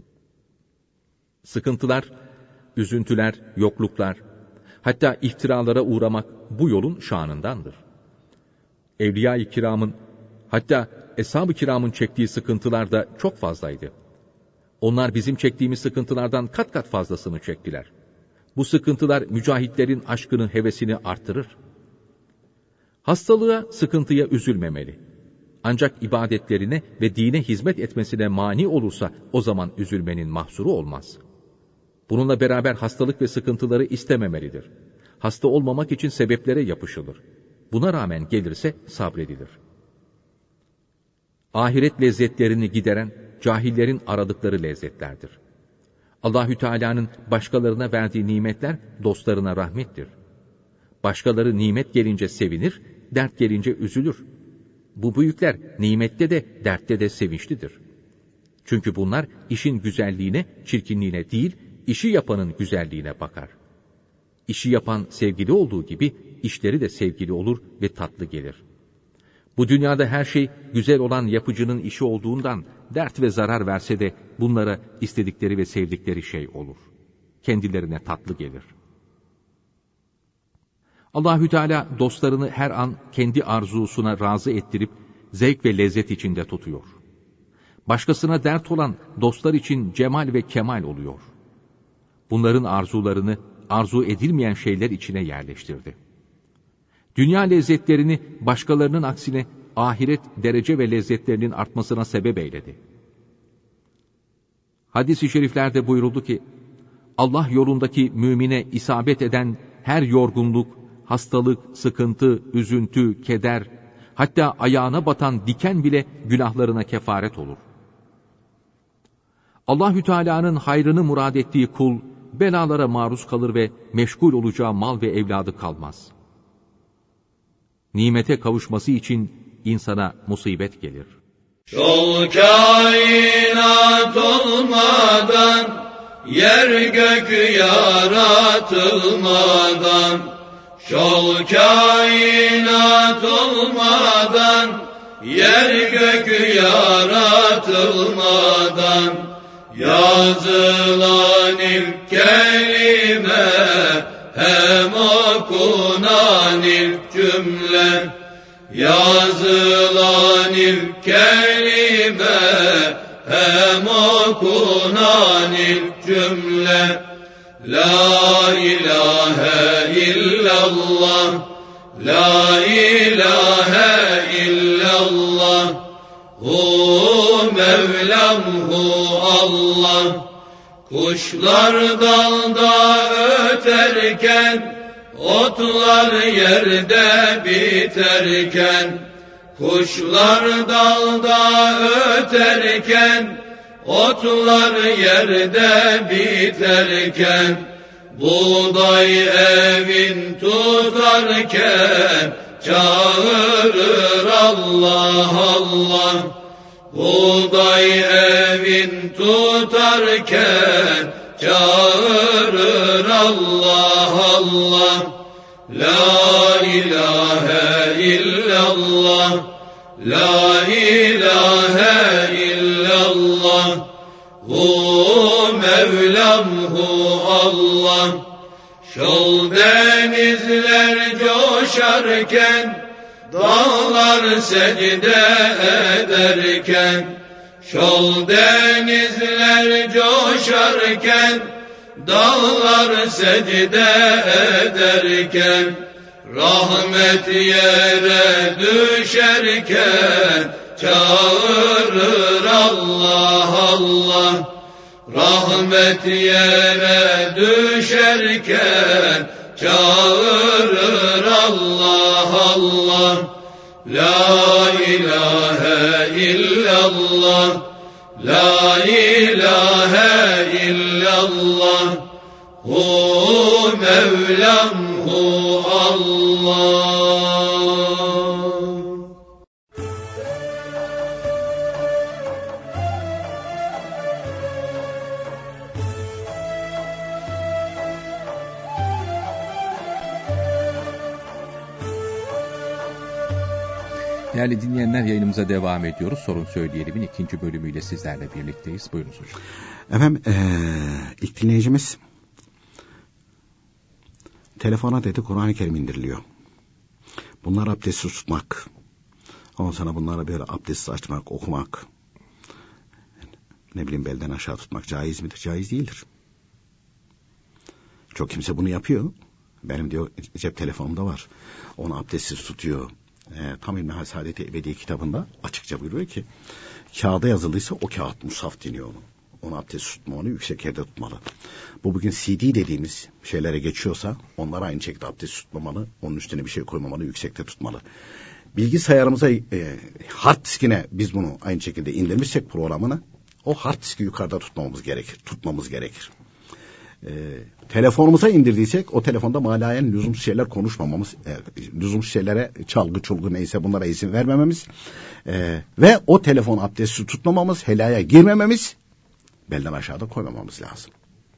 Sıkıntılar, üzüntüler, yokluklar, hatta iftiralara uğramak bu yolun şanındandır. Evliya-i kiramın, hatta eshab-ı kiramın çektiği sıkıntılar da çok fazlaydı. Onlar bizim çektiğimiz sıkıntılardan kat kat fazlasını çektiler. Bu sıkıntılar mücahitlerin aşkını, hevesini artırır. Hastalığa, sıkıntıya üzülmemeli. Ancak ibadetlerine ve dine hizmet etmesine mani olursa o zaman üzülmenin mahsuru olmaz. Bununla beraber hastalık ve sıkıntıları istememelidir. Hasta olmamak için sebeplere yapışılır. Buna rağmen gelirse sabredilir. Ahiret lezzetlerini gideren cahillerin aradıkları lezzetlerdir. Allahü Teala'nın başkalarına verdiği nimetler dostlarına rahmettir. Başkaları nimet gelince sevinir, dert gelince üzülür. Bu büyükler nimette de dertte de sevinçlidir. Çünkü bunlar işin güzelliğine, çirkinliğine değil, işi yapanın güzelliğine bakar. İşi yapan sevgili olduğu gibi işleri de sevgili olur ve tatlı gelir. Bu dünyada her şey güzel olan yapıcının işi olduğundan dert ve zarar verse de bunlara istedikleri ve sevdikleri şey olur. Kendilerine tatlı gelir. Allahü Teala dostlarını her an kendi arzusuna razı ettirip zevk ve lezzet içinde tutuyor. Başkasına dert olan dostlar için cemal ve kemal oluyor. Bunların arzularını arzu edilmeyen şeyler içine yerleştirdi. Dünya lezzetlerini başkalarının aksine ahiret derece ve lezzetlerinin artmasına sebep eyledi. Hadis-i şeriflerde buyuruldu ki, Allah yolundaki mümine isabet eden her yorgunluk, hastalık, sıkıntı, üzüntü, keder, hatta ayağına batan diken bile günahlarına kefaret olur. Allahü Teala'nın hayrını murad ettiği kul, belalara maruz kalır ve meşgul olacağı mal ve evladı kalmaz. Nimete kavuşması için insana musibet gelir. Şol kainat olmadan yer gök gök yaratılmadan, şol kainat olmadan, yer gök yaratılmadan, yazılan ilk kelime hem okunan ilk cümle, yazılan ilk kelime hem okunan ilk cümle. La ilahe illallah, la ilahe illallah, hu Mevlam hu Allah. Kuşlar dalda öterken, otlar yerde biterken, kuşlar dalda öterken, otlar yerde biterken, buğday evin tutarken, çağırır Allah Allah. Buğday evin tutarken, çağırır Allah Allah. La ilahe illallah, la ilahe illallah, hu Mevlam hu Allah. Şol denizler coşarken, dağlar secde ederken, şol denizler coşarken, dağlar secde ederken, rahmet yere düşerken, çağırır Allah Allah. Rahmet yere düşerken, çağırır Allah Allah. La ilahe illallah, la ilahe illallah, hu Mevlam hu Allah. Değerli dinleyenler, yayınımıza devam ediyoruz. Sorun Söyleyelim'in ikinci bölümüyle sizlerle birlikteyiz. Buyurunuz hocam. Efendim ee, ilk dinleyicimiz telefona dedi Kur'an-ı Kerim indiriliyor. Bunlar abdestsiz tutmak. Ondan sonra bunlara böyle abdestsiz açmak, okumak. Ne bileyim belden aşağı tutmak caiz midir? Caiz değildir. Çok kimse bunu yapıyor. Benim diyor cep telefonumda var. Onu abdestsiz tutuyor. E, Tam İlmihal Saadet-i Ebedi kitabında açıkça buyuruyor ki kağıda yazılıysa o kağıt mushaf deniyor onu. Onu abdest tutma, onu yüksek yerde tutmalı. Bu bugün C D dediğimiz şeylere geçiyorsa onlar aynı şekilde abdest tutmamalı. Onun üstüne bir şey koymamalı, yüksekte tutmalı. Bilgisayarımıza e, hard diskine biz bunu aynı şekilde indirmişsek programını, o hard diski yukarıda tutmamız gerekir. Tutmamız gerekir. E, telefonumuza indirdiysek o telefonda malayen lüzumsuz şeyler konuşmamamız, e, lüzumsuz şeylere çalgı çulgu neyse bunlara izin vermememiz e, ve o telefon abdesti tutmamamız, helaya girmememiz, belden aşağıda koymamamız lazım.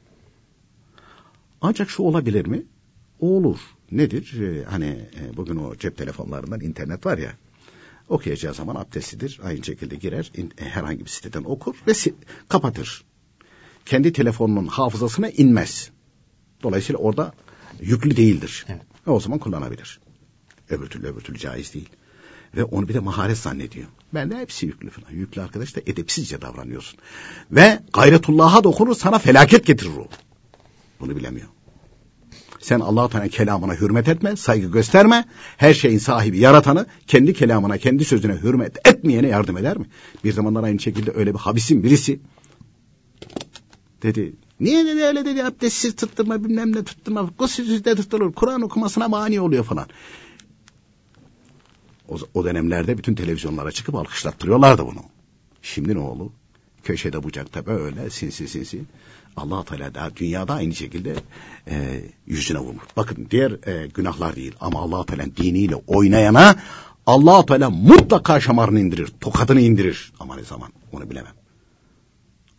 Ancak şu olabilir mi? O olur. Nedir? Ee, hani e, bugün o cep telefonlarından internet var ya, okuyacağı zaman abdestlidir. Aynı şekilde girer, in, e, herhangi bir siteden okur ve si- kapatır. Kendi telefonunun hafızasına inmez. Dolayısıyla orada yüklü değildir. Evet. Ve o zaman kullanabilir. Öbür türlü öbür türlü caiz değil. Ve onu bir de maharet zannediyor. Ben de hepsi yüklü falan. Yüklü arkadaş da edepsizce davranıyorsun. Ve gayretullah'a dokunur, sana felaket getirir o. Bunu bilemiyor. Sen Allah-u Teala kelamına hürmet etme, saygı gösterme. Her şeyin sahibi, yaratanı kendi kelamına, kendi sözüne hürmet etmeyene yardım eder mi? Bir zamanlar aynı şekilde öyle bir habisin birisi dedi. Niye dedi öyle dedi, abdestsiz tutturma, bilmem ne tutturma, gusülsüz de tutturur, Kur'an okumasına mani oluyor falan. O, o dönemlerde bütün televizyonlara çıkıp alkışlattırıyorlardı bunu. Şimdi ne oldu? Köşede bucakta böyle sinsi sinsi. Allah-u Teala da dünyada aynı şekilde e, yüzüne vurmuş. Bakın diğer e, günahlar değil ama Allah-u Teala diniyle oynayana Allah-u Teala mutlaka şamarını indirir, tokadını indirir. Ama ne zaman onu bilemem.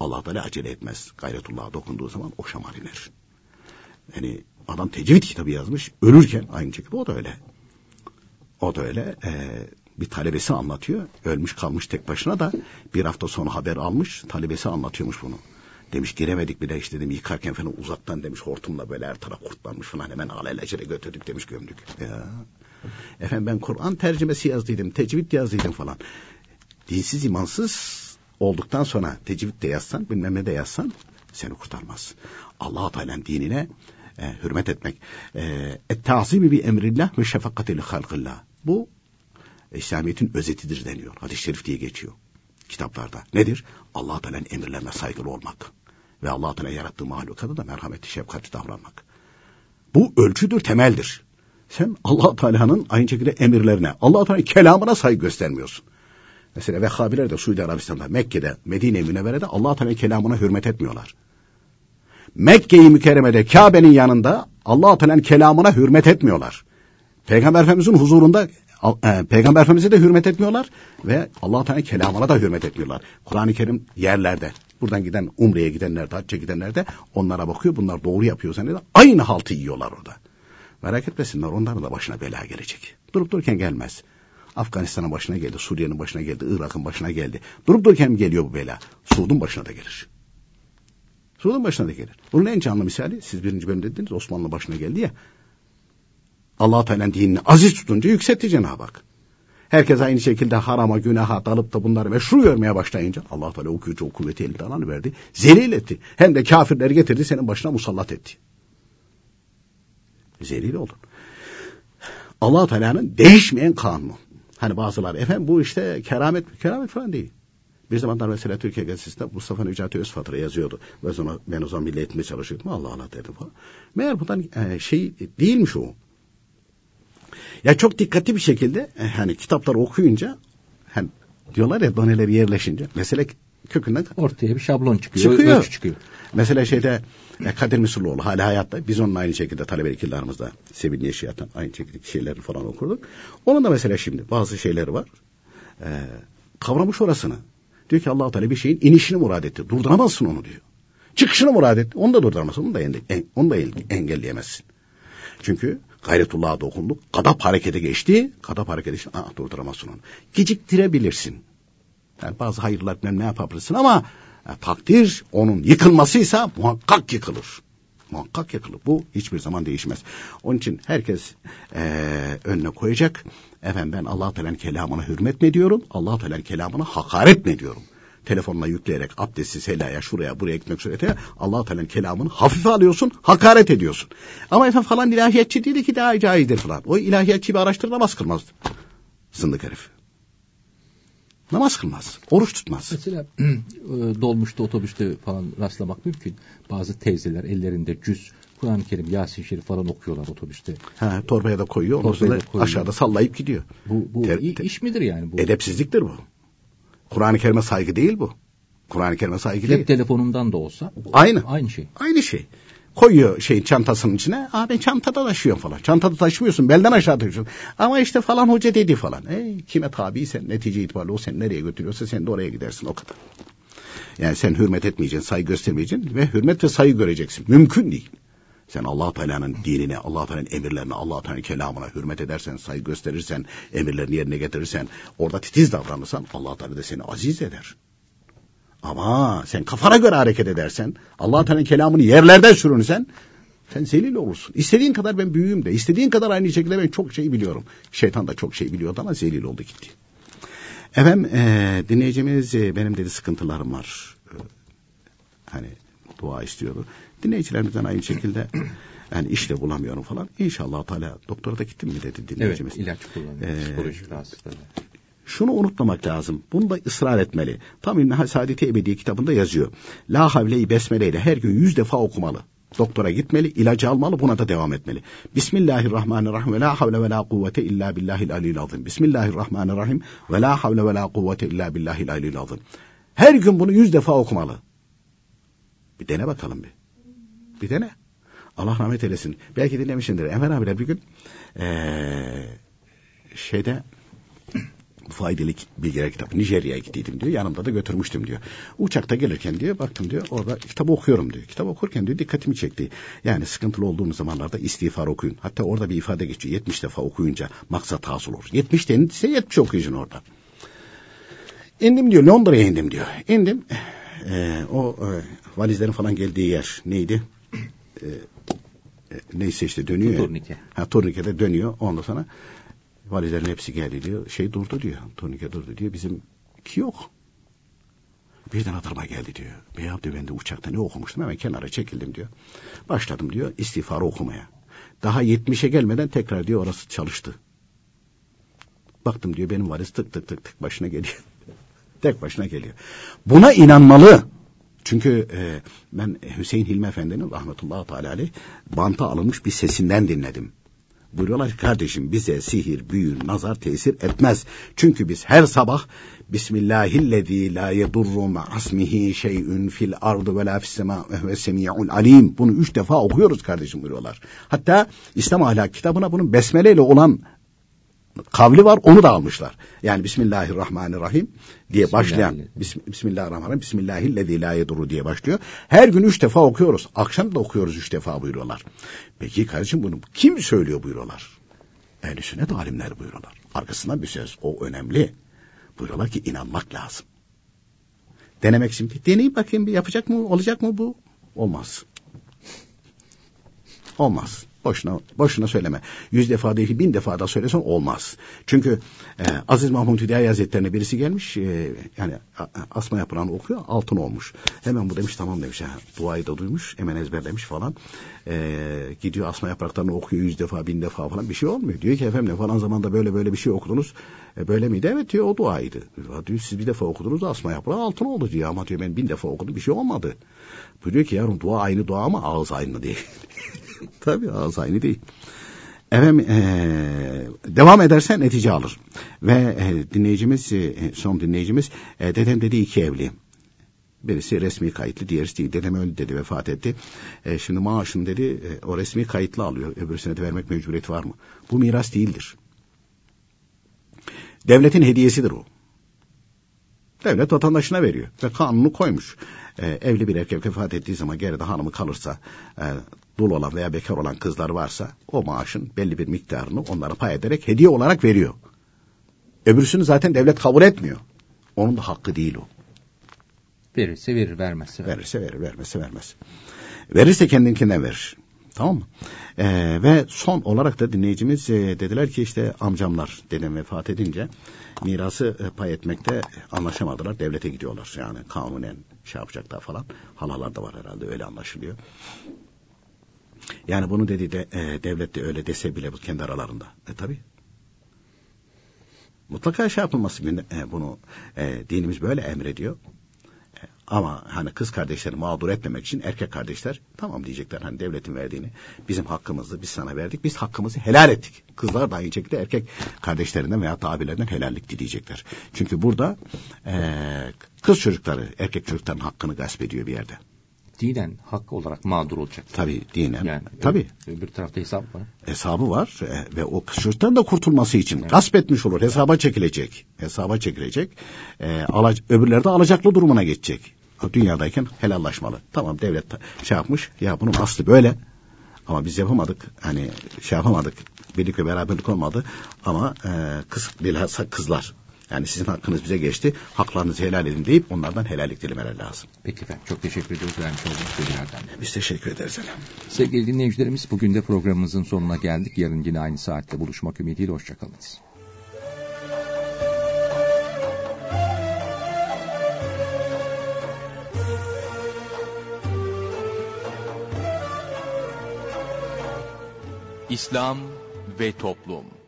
Allah Teala acele etmez. Gayretullah'a dokunduğu zaman o şamar iner. Yani adam tecvid kitabı yazmış. Ölürken aynı şekilde o da öyle. O da öyle. Ee, bir talebesi anlatıyor. Ölmüş kalmış tek başına da bir hafta sonra haber almış. Talebesi anlatıyormuş bunu. Demiş giremedik bile işte dedim yıkarken falan uzaktan demiş hortumla böyle her taraf kurtlanmış falan hemen alelacele götürdük demiş gömdük. Ya. Efendim ben Kur'an tercümesi yazdıydım, tecvid yazdıydım falan. Dinsiz imansız olduktan sonra tecvid de yazsan bilmem ne de yazsan seni kurtarmaz. Allah-u Teala'nın dinine e, hürmet etmek. Et-ta'zimi bi emrillah ve şefakati li halqillah. Bu İslamiyet'in özetidir deniyor. Hadis-i şerif diye geçiyor kitaplarda. Nedir? Allah-u Teala'nın emirlerine saygılı olmak ve Allah-u Teala yarattığı mahlukata da merhametli, şefkatli davranmak. Bu ölçüdür, temeldir. Sen Allah-u Teala'nın aynı şekilde emirlerine, Allah-u Teala'nın kelamına saygı göstermiyorsun. Mesela Vehhabiler de Suudi Arabistan'da, Mekke'de, Medine-i Münevvere'de Allah-u Teala'nın kelamına hürmet etmiyorlar. Mekke-i Mükerreme'de, Kabe'nin yanında Allah-u Teala'nın kelamına hürmet etmiyorlar. Peygamber Efendimiz'in huzurunda e, Peygamber Efendimiz'e de hürmet etmiyorlar ve Allah-u Teala'nın kelamına da hürmet etmiyorlar. Kur'an-ı Kerim yerlerde, buradan giden Umre'ye gidenler de, Hacca gidenler de onlara bakıyor, bunlar doğru yapıyor zannediyor. Aynı haltı yiyorlar orada. Merak etmesinler, onların da başına bela gelecek. Durup dururken gelmez. Afganistan'ın başına geldi, Suriye'nin başına geldi, Irak'ın başına geldi. Durup dururken mi geliyor bu bela? Suud'un başına da gelir. Suud'un başına da gelir. Bunun en canlı misali, siz birinci bölümde dediniz, Osmanlı başına geldi ya. Allah-u Teala'nın dinini aziz tutunca yükseltti Cenab-ı Hak. Herkes aynı şekilde harama, günaha dalıp da bunları meşru görmeye başlayınca Allah-u Teala o gücü, o kuvveti elinden alıverdi. Zelil etti. Hem de kafirleri getirdi, senin başına musallat etti. Zelil oldun. Allah-u Teala'nın değişmeyen kanunu. Hani bazıları efendim bu işte keramet, keramet falan değil. Bir zamanlar mesela Türkiye Gazetesi'nde Mustafa Necati Özfatıra yazıyordu. Ve sonra ben o zaman milli eğitimde çalışıyordum. Allah Allah dedim falan. Meğer bundan e, şey değilmiş o. Ya çok dikkatli bir şekilde e, hani kitapları okuyunca hani diyorlar ya doneler yerleşince mesele kökünden ortaya bir şablon çıkıyor. Çıkıyor. Ölçü çıkıyor. Mesela şeyde e, Kadir Mısırlıoğlu hala hayatta. Biz onunla aynı şekilde talebelik yıllarımızda Sevil'in yaşayatan aynı şekilde şeyleri falan okurduk. Onun da mesela şimdi bazı şeyleri var. E, kavramış orasını. Diyor ki Allah-u Teala bir şeyin inişini murad etti. Durduramazsın onu diyor. Çıkışını murad etti. Onu da durduramazsın. Onu da, en, onu da engelleyemezsin. Çünkü gayretullah'a dokunduk. Gadap harekete geçti. Gadap harekete geçti. Aa, durduramazsın onu. Geciktirebilirsin. Yani bazı hayırlar ne yapabilirsin ama ya, takdir onun yıkılmasıysa muhakkak yıkılır. Muhakkak yıkılır. Bu hiçbir zaman değişmez. Onun için herkes e, önüne koyacak. Efendim ben Allah-u Teala'nın kelamına hürmet mi ediyorum? Allah-u Teala'nın kelamına hakaret mi ediyorum? Telefonla yükleyerek abdestsiz helaya şuraya buraya gitmek suretiyle Allah-u Teala'nın kelamını hafife alıyorsun, hakaret ediyorsun. Ama efendim falan ilahiyatçı değil ki daha caizdir falan. O ilahiyatçı bir araştır namaz kılmaz. Zındık herif. Namaz kılmaz, oruç tutmaz. Mesela dolmuşta, otobüste falan rastlamak mümkün. Bazı teyzeler ellerinde cüz, Kur'an-ı Kerim, Yasin Şerif falan okuyorlar otobüste. Ha, torbaya da koyuyor, ondan sonra aşağıda sallayıp gidiyor. Bu, bu ter, iş midir yani? Bu? Edepsizliktir bu. Kur'an-ı Kerim'e saygı değil bu. Kur'an-ı Kerim'e saygı Cep değil. Cep telefonundan da olsa aynı. Aynı şey. Aynı şey. Koyuyor şeyin çantasının içine. Aa ben çantada taşıyorum falan. Çantada taşımıyorsun. Belden aşağı taşıyorsun. Ama işte falan hoca dedi falan. E, kime tabiysen netice itibariyle o seni nereye götürüyorsa sen de oraya gidersin. O kadar. Yani sen hürmet etmeyeceksin, saygı göstermeyeceksin ve hürmet ve saygı göreceksin. Mümkün değil. Sen Allah-u Teala'nın dinine, Allah-u Teala'nın emirlerine, Allah-u Teala'nın kelamına hürmet edersen, saygı gösterirsen, emirlerini yerine getirirsen, orada titiz davranırsan Allah-u Teala da seni aziz eder. Ama sen kafana göre hareket edersen, Allah-u Teala'nın kelamını yerlerden sürünsen, sen zelil olursun. İstediğin kadar ben büyüğüm de, istediğin kadar aynı şekilde ben çok şey biliyorum. Şeytan da çok şey biliyordu ama zelil oldu gitti. Efendim e, dinleyicimiz e, benim dedi sıkıntılarım var. E, hani dua istiyordu. Dinleyicilerimizden aynı şekilde yani işte bulamıyorum falan. İnşallah Teala doktora da gittim mi dedi dinleyicimiz. Evet, ilaç kullanıyor. Ee, psikolojik rahatsızlığı. Şunu unutmamak lazım. Bunu da ısrar etmeli. Tam İbn-i Saadet-i Ebedi kitabında yazıyor. La havle-i besmele ile her gün yüz defa okumalı. Doktora gitmeli, ilacı almalı, buna da devam etmeli. Bismillahirrahmanirrahim ve la havle ve la kuvvete illa billahil aliyyil azim. Bismillahirrahmanirrahim ve la havle ve la kuvvete illa billahil aliyyil azim. Her gün bunu yüz defa okumalı. Bir dene bakalım bir. Bir dene. Allah rahmet eylesin. Belki dinlemişsindir. Enver abiler bir gün ee, şeyde Faydalı bilgiler kitabı. Nijerya'ya gittiydim diyor. Yanımda da götürmüştüm diyor. Uçakta gelirken diyor baktım diyor orada kitap okuyorum diyor. Kitap okurken diyor dikkatimi çekti. Yani sıkıntılı olduğumuz zamanlarda istiğfar okuyun. Hatta orada bir ifade geçiyor. yetmiş defa okuyunca maksat hasıl olur. yetmiş denilse yetmiş okuyucun orada. İndim diyor. Londra'ya indim diyor. İndim. Ee, o e, valizlerin falan geldiği yer neydi? Ee, e, neyse işte dönüyor. Turnike. Ha, turnike'de dönüyor. Ondan sonra valizlerin hepsi geldi diyor. Şey durdu diyor. Turnike durdu diyor. Bizimki yok. Birden hatırıma geldi diyor. Beyab diyor ben de uçakta ne okumuştum. Hemen kenara çekildim diyor. Başladım diyor istiğfarı okumaya. Daha yetmişe gelmeden tekrar diyor orası çalıştı. Baktım diyor benim valiz tık tık tık tık başına geliyor. Tek başına geliyor. Buna inanmalı. Çünkü e, ben Hüseyin Hilmi Efendi'nin rahmetullahi teala aleyh banta alınmış bir sesinden dinledim. Buyuruyorlar ki kardeşim bize sihir, büyü, nazar tesir etmez. Çünkü biz her sabah Bismillahillezî la yedurru ma'asmihi şey'ün fil ardı ve la fissema ve semi'ul alim. Bunu üç defa okuyoruz kardeşim buyuruyorlar. Hatta İslam ahlak kitabına bunun besmele ile olan kavli var, onu da almışlar. Yani Bismillahirrahmanirrahim diye başlayan Bismillahirrahmanirrahim Bismillahillezî la yedurru diye başlıyor. Her gün üç defa okuyoruz. Akşam da okuyoruz üç defa buyuruyorlar. Peki kardeşim bunu kim söylüyor buyuruyorlar? Ehl-i sünnet alimler buyuruyorlar. Arkasından bir söz. O önemli. Buyuruyorlar ki inanmak lazım. Denemek şimdi. Deneyip bakayım bir yapacak mı? Olacak mı bu? Olmaz. Olmaz. Boşuna, boşuna söyleme. Yüz defa değil bin defa da söylesen olmaz. Çünkü e, Aziz Mahmud Hüdayi Hazretleri'ne birisi gelmiş. E, yani a, asma yaprağını okuyor. Altın olmuş. Hemen bu demiş tamam demiş. Ha, duayı da duymuş. Hemen ezberlemiş falan. E, gidiyor asma yapraklarını okuyor. Yüz defa bin defa falan bir şey olmuyor. Diyor ki efendim falan zamanda böyle böyle bir şey okudunuz. E, böyle miydi? Evet diyor o duaydı. Diyor siz bir defa okudunuz asma yaprağı altın oldu diyor. Ama diyor ben bin defa okudum bir şey olmadı. Bu diyor ki yavrum dua aynı dua ama ağız aynı değil. Tabii ağız aynı değil. Efendim ee, devam edersen netice alır. Ve e, dinleyicimiz e, son dinleyicimiz e, dedem dedi iki evli. Birisi resmi kayıtlı, diğerisi değil. Dedem öldü dedi, vefat etti. E, şimdi maaşını dedi e, o resmi kayıtlı alıyor. Öbürsüne de vermek mecburiyeti var mı? Bu miras değildir. Devletin hediyesidir o. Devlet vatandaşına veriyor ve kanunu koymuş. Ee, evli bir erkek vefat ettiği zaman geride hanımı kalırsa, e, dul olan veya bekar olan kızlar varsa o maaşın belli bir miktarını onlara pay ederek hediye olarak veriyor. Öbürsünü zaten devlet kabul etmiyor. Onun da hakkı değil o. Verirse verir, vermezse verir. Verirse verir, vermezse vermez. Verirse kendinkinden verir. Tamam mı? Ee, ve son olarak da dinleyicimiz e, dediler ki işte amcamlar dedem vefat edince mirası e, pay etmekte anlaşamadılar. Devlete gidiyorlar. Yani kanunen şey yapacaklar falan. Halalar da var herhalde öyle anlaşılıyor. Yani bunu dedi de e, devlet de öyle dese bile bu kendi aralarında. E tabii. Mutlaka şey yapılması e, bunu e, dinimiz böyle emrediyor. Ama hani kız kardeşleri mağdur etmemek için erkek kardeşler tamam diyecekler hani devletin verdiğini bizim hakkımızdı biz sana verdik biz hakkımızı helal ettik. Kızlar da aynı şekilde erkek kardeşlerinden veya abilerinden helallik dileyecekler. Çünkü burada e, kız çocukları erkek çocukların hakkını gasp ediyor bir yerde. Dinen hak olarak mağdur olacak. Tabii dinen. Yani, tabii. Öbür tarafta hesap var. Hesabı var e, ve o kız çocukların da kurtulması için evet. Gasp etmiş olur. Hesaba çekilecek. Hesaba çekilecek. E, alac- öbürleri de alacaklı durumuna geçecek. Dünyadayken helallaşmalı. Tamam devlet şey yapmış. Ya bunun aslı böyle. Ama biz yapamadık. Hani şey yapamadık. Birlik ve beraberlik olmadı. Ama e, kız bilhassa kızlar. Yani sizin hakkınız bize geçti. Haklarınızı helal edin deyip onlardan helallik dilemeleri lazım. Peki efendim. Çok teşekkür ediyoruz vermiş olduğunuz bilgilerden. Biz teşekkür ederiz. Sevgili dinleyicilerimiz bugün de programımızın sonuna geldik. Yarın yine aynı saatte buluşmak ümidiyle. Hoşçakalınız. İslam ve Toplum.